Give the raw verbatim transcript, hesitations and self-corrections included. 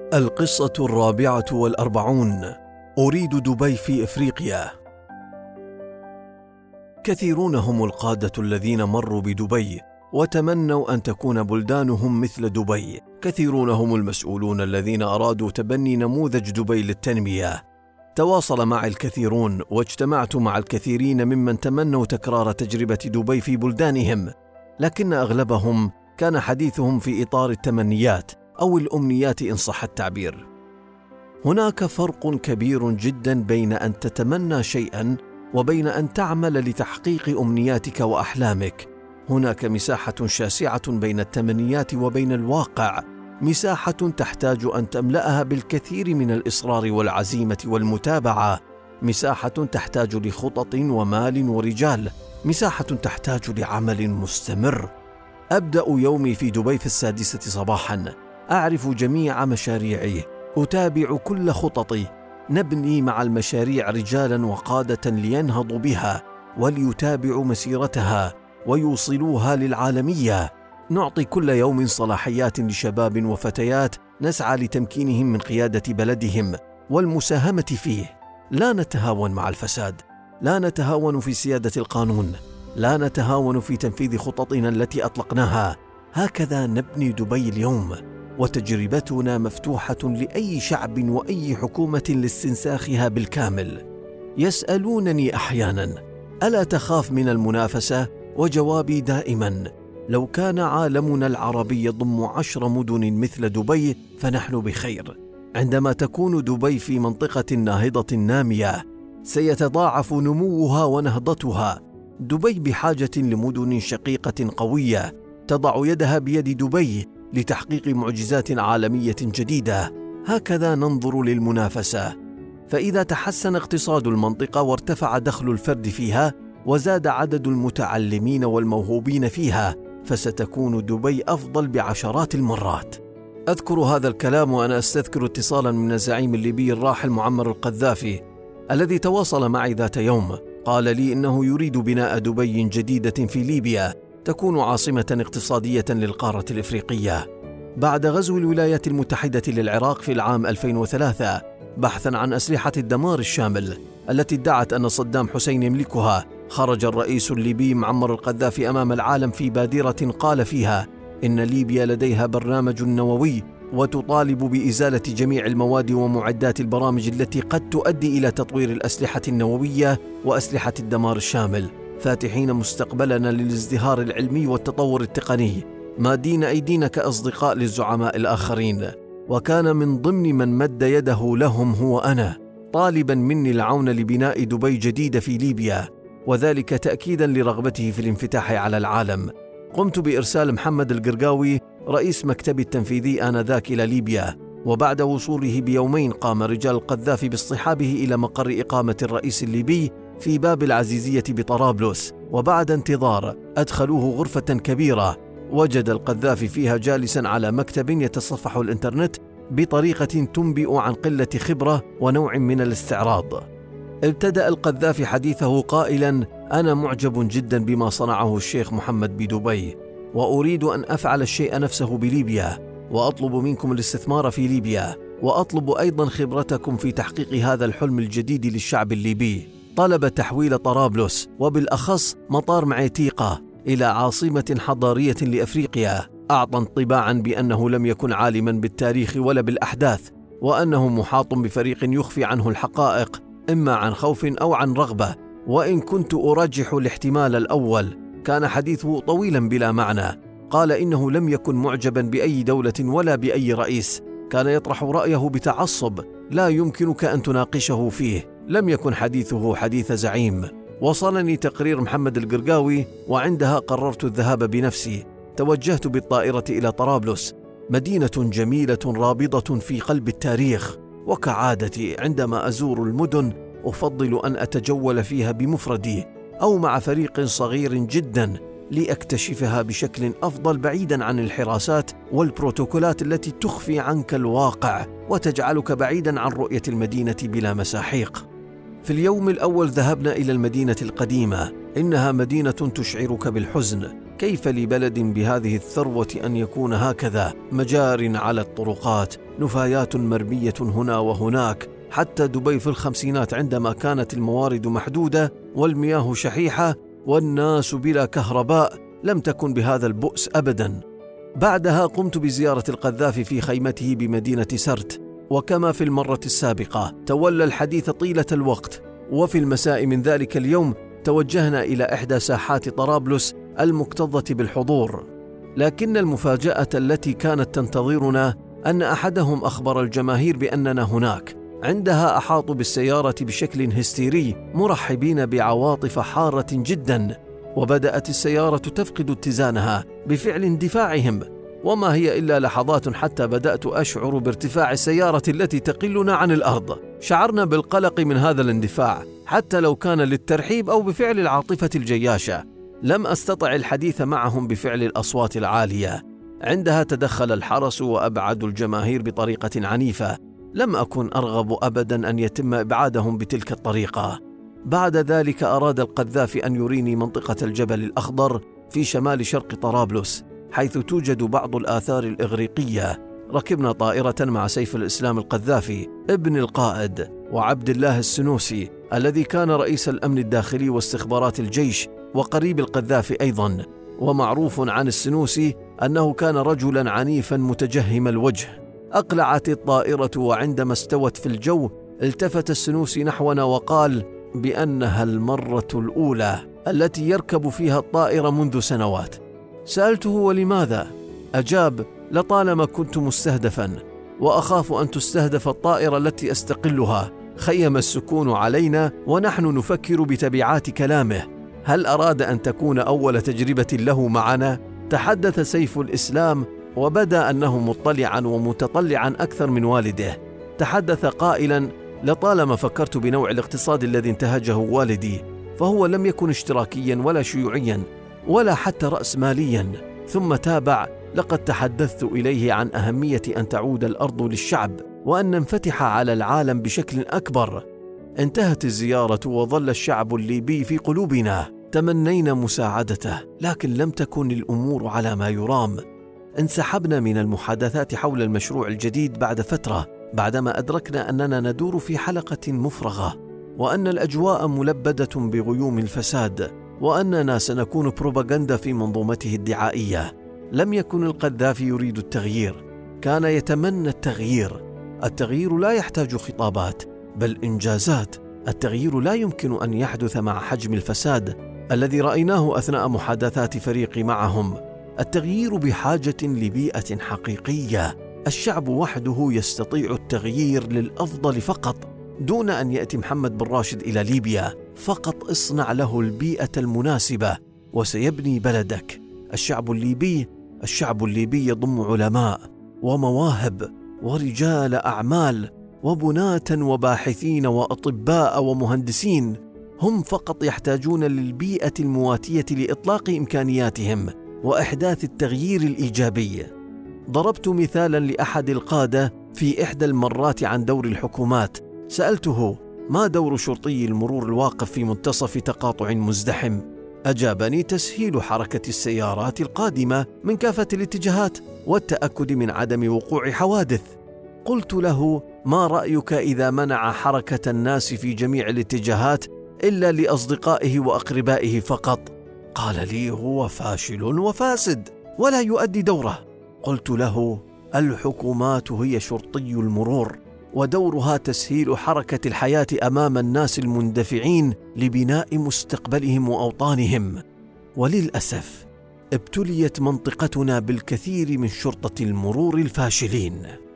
القصة الرابعة والأربعون. أريد دبي في إفريقيا. كثيرون هم القادة الذين مروا بدبي وتمنوا أن تكون بلدانهم مثل دبي. كثيرون هم المسؤولون الذين أرادوا تبني نموذج دبي للتنمية. تواصل معي الكثيرون واجتمعت مع الكثيرين ممن تمنوا تكرار تجربة دبي في بلدانهم، لكن أغلبهم كان حديثهم في إطار التمنيات أو الأمنيات إن صح التعبير. هناك فرق كبير جدا بين أن تتمنى شيئا وبين أن تعمل لتحقيق أمنياتك وأحلامك. هناك مساحة شاسعة بين التمنيات وبين الواقع، مساحة تحتاج أن تملأها بالكثير من الإصرار والعزيمة والمتابعة، مساحة تحتاج لخطط ومال ورجال، مساحة تحتاج لعمل مستمر. أبدأ يومي في دبي في السادسة صباحا، أعرف جميع مشاريعي، أتابع كل خططي، نبني مع المشاريع رجالا وقادة لينهضوا بها وليتابعوا مسيرتها ويوصلوها للعالمية. نعطي كل يوم صلاحيات لشباب وفتيات نسعى لتمكينهم من قيادة بلدهم والمساهمة فيه. لا نتهاون مع الفساد، لا نتهاون في سيادة القانون، لا نتهاون في تنفيذ خططنا التي أطلقناها. هكذا نبني دبي اليوم، وتجربتنا مفتوحة لأي شعب وأي حكومة لاستنساخها بالكامل. يسألونني أحيانا: ألا تخاف من المنافسة؟ وجوابي دائما: لو كان عالمنا العربي يضم عشر مدن مثل دبي فنحن بخير. عندما تكون دبي في منطقة ناهضة نامية سيتضاعف نموها ونهضتها. دبي بحاجة لمدن شقيقة قوية تضع يدها بيد دبي لتحقيق معجزات عالمية جديدة. هكذا ننظر للمنافسة. فإذا تحسن اقتصاد المنطقة وارتفع دخل الفرد فيها وزاد عدد المتعلمين والموهوبين فيها، فستكون دبي أفضل بعشرات المرات. أذكر هذا الكلام وأنا أستذكر اتصالا من الزعيم الليبي الراحل معمر القذافي الذي تواصل معي ذات يوم. قال لي إنه يريد بناء دبي جديدة في ليبيا تكون عاصمة اقتصادية للقارة الإفريقية. بعد غزو الولايات المتحدة للعراق في العام ألفين وثلاثة بحثا عن أسلحة الدمار الشامل التي ادعت أن صدام حسين يملكها، خرج الرئيس الليبي معمر القذافي أمام العالم في بادرة قال فيها إن ليبيا لديها برنامج نووي وتطالب بإزالة جميع المواد ومعدات البرامج التي قد تؤدي إلى تطوير الأسلحة النووية وأسلحة الدمار الشامل، فاتحين مستقبلنا للازدهار العلمي والتطور التقني، مادين أيدينا كأصدقاء للزعماء الآخرين. وكان من ضمن من مد يده لهم هو أنا، طالبا مني العون لبناء دبي جديدة في ليبيا، وذلك تأكيدا لرغبته في الانفتاح على العالم. قمت بإرسال محمد القرقاوي رئيس مكتب التنفيذي آنذاك إلى ليبيا، وبعد وصوله بيومين قام رجال القذافي باصطحابه إلى مقر إقامة الرئيس الليبي في باب العزيزية بطرابلس. وبعد انتظار أدخلوه غرفة كبيرة وجد القذافي فيها جالسا على مكتب يتصفح الإنترنت بطريقة تنبئ عن قلة خبرة ونوع من الاستعراض. ابتدأ القذافي حديثه قائلا: أنا معجب جدا بما صنعه الشيخ محمد بدبي، وأريد أن أفعل الشيء نفسه بليبيا، وأطلب منكم الاستثمار في ليبيا، وأطلب أيضا خبرتكم في تحقيق هذا الحلم الجديد للشعب الليبي. طلب تحويل طرابلس وبالأخص مطار معيتيقة إلى عاصمة حضارية لأفريقيا. أعطى انطباعا بأنه لم يكن عالما بالتاريخ ولا بالأحداث، وأنه محاط بفريق يخفي عنه الحقائق إما عن خوف أو عن رغبة. وإن كنت أرجح الاحتمال الأول، كان حديثه طويلا بلا معنى. قال إنه لم يكن معجبا بأي دولة ولا بأي رئيس، كان يطرح رأيه بتعصب لا يمكنك أن تناقشه فيه. لم يكن حديثه حديث زعيم. وصلني تقرير محمد القرقاوي وعندها قررت الذهاب بنفسي. توجهت بالطائرة إلى طرابلس، مدينة جميلة رابضة في قلب التاريخ، وكعادتي عندما أزور المدن أفضل أن أتجول فيها بمفردي أو مع فريق صغير جدا لأكتشفها بشكل أفضل بعيدا عن الحراسات والبروتوكولات التي تخفي عنك الواقع وتجعلك بعيدا عن رؤية المدينة بلا مساحيق. في اليوم الأول ذهبنا إلى المدينة القديمة. إنها مدينة تشعرك بالحزن. كيف لبلد بهذه الثروة أن يكون هكذا؟ مجار على الطرقات نفايات مرمية هنا وهناك، حتى دبي في الخمسينات عندما كانت الموارد محدودة والمياه شحيحة والناس بلا كهرباء لم تكن بهذا البؤس أبدا. بعدها قمت بزيارة القذافي في خيمته بمدينة سرت، وكما في المرة السابقة تولى الحديث طيلة الوقت. وفي المساء من ذلك اليوم توجهنا إلى إحدى ساحات طرابلس المكتظة بالحضور، لكن المفاجأة التي كانت تنتظرنا أن أحدهم أخبر الجماهير بأننا هناك. عندها أحاطوا بالسيارة بشكل هستيري مرحبين بعواطف حارة جدا، وبدأت السيارة تفقد اتزانها بفعل اندفاعهم، وما هي إلا لحظات حتى بدأت أشعر بارتفاع السيارة التي تقلنا عن الأرض. شعرنا بالقلق من هذا الاندفاع حتى لو كان للترحيب أو بفعل العاطفة الجياشة. لم أستطع الحديث معهم بفعل الأصوات العالية. عندها تدخل الحرس وأبعدوا الجماهير بطريقة عنيفة. لم أكن أرغب أبدا أن يتم إبعادهم بتلك الطريقة. بعد ذلك أراد القذافي أن يريني منطقة الجبل الأخضر في شمال شرق طرابلس، حيث توجد بعض الآثار الإغريقية. ركبنا طائرة مع سيف الإسلام القذافي ابن القائد وعبد الله السنوسي الذي كان رئيس الأمن الداخلي واستخبارات الجيش وقريب القذافي أيضا. ومعروف عن السنوسي أنه كان رجلا عنيفا متجهم الوجه. أقلعت الطائرة، وعندما استوت في الجو التفت السنوسي نحونا وقال بأنها المرة الأولى التي يركب فيها الطائرة منذ سنوات. سألته ولماذا؟ أجاب: لطالما كنت مستهدفا وأخاف أن تستهدف الطائرة التي أستقلها. خيم السكون علينا ونحن نفكر بتبعات كلامه. هل أراد أن تكون أول تجربة له معنا؟ تحدث سيف الإسلام وبدا أنه مطلعا ومتطلعا أكثر من والده. تحدث قائلا: لطالما فكرت بنوع الاقتصاد الذي انتهجه والدي، فهو لم يكن اشتراكيا ولا شيوعيا ولا حتى رأسماليا. ثم تابع: لقد تحدثت إليه عن أهمية أن تعود الأرض للشعب وأن ننفتح على العالم بشكل أكبر. انتهت الزيارة وظل الشعب الليبي في قلوبنا. تمنينا مساعدته، لكن لم تكن الأمور على ما يرام. انسحبنا من المحادثات حول المشروع الجديد بعد فترة، بعدما أدركنا أننا ندور في حلقة مفرغة، وأن الأجواء ملبدة بغيوم الفساد، وأننا سنكون بروباغندا في منظومته الدعائية. لم يكن القذافي يريد التغيير، كان يتمنى التغيير. التغيير لا يحتاج خطابات بل إنجازات. التغيير لا يمكن أن يحدث مع حجم الفساد الذي رأيناه أثناء محادثات فريقي معهم. التغيير بحاجة لبيئة حقيقية. الشعب وحده يستطيع التغيير للأفضل فقط، دون أن يأتي محمد بن راشد إلى ليبيا. فقط اصنع له البيئة المناسبة وسيبني بلدك. الشعب الليبي الشعب الليبي يضم علماء ومواهب ورجال أعمال وبناة وباحثين وأطباء ومهندسين. هم فقط يحتاجون للبيئة المواتية لإطلاق إمكانياتهم وإحداث التغيير الإيجابي. ضربت مثالا لأحد القادة في إحدى المرات عن دور الحكومات. سألته: ما دور شرطي المرور الواقف في منتصف تقاطع مزدحم؟ أجابني: تسهيل حركة السيارات القادمة من كافة الاتجاهات والتأكد من عدم وقوع حوادث. قلت له: ما رأيك إذا منع حركة الناس في جميع الاتجاهات إلا لأصدقائه وأقربائه فقط؟ قال لي: هو فاشل وفاسد ولا يؤدي دوره. قلت له: الحكومات هي شرطي المرور، ودورها تسهيل حركة الحياة أمام الناس المندفعين لبناء مستقبلهم وأوطانهم. وللأسف ابتليت منطقتنا بالكثير من شرطة المرور الفاشلين.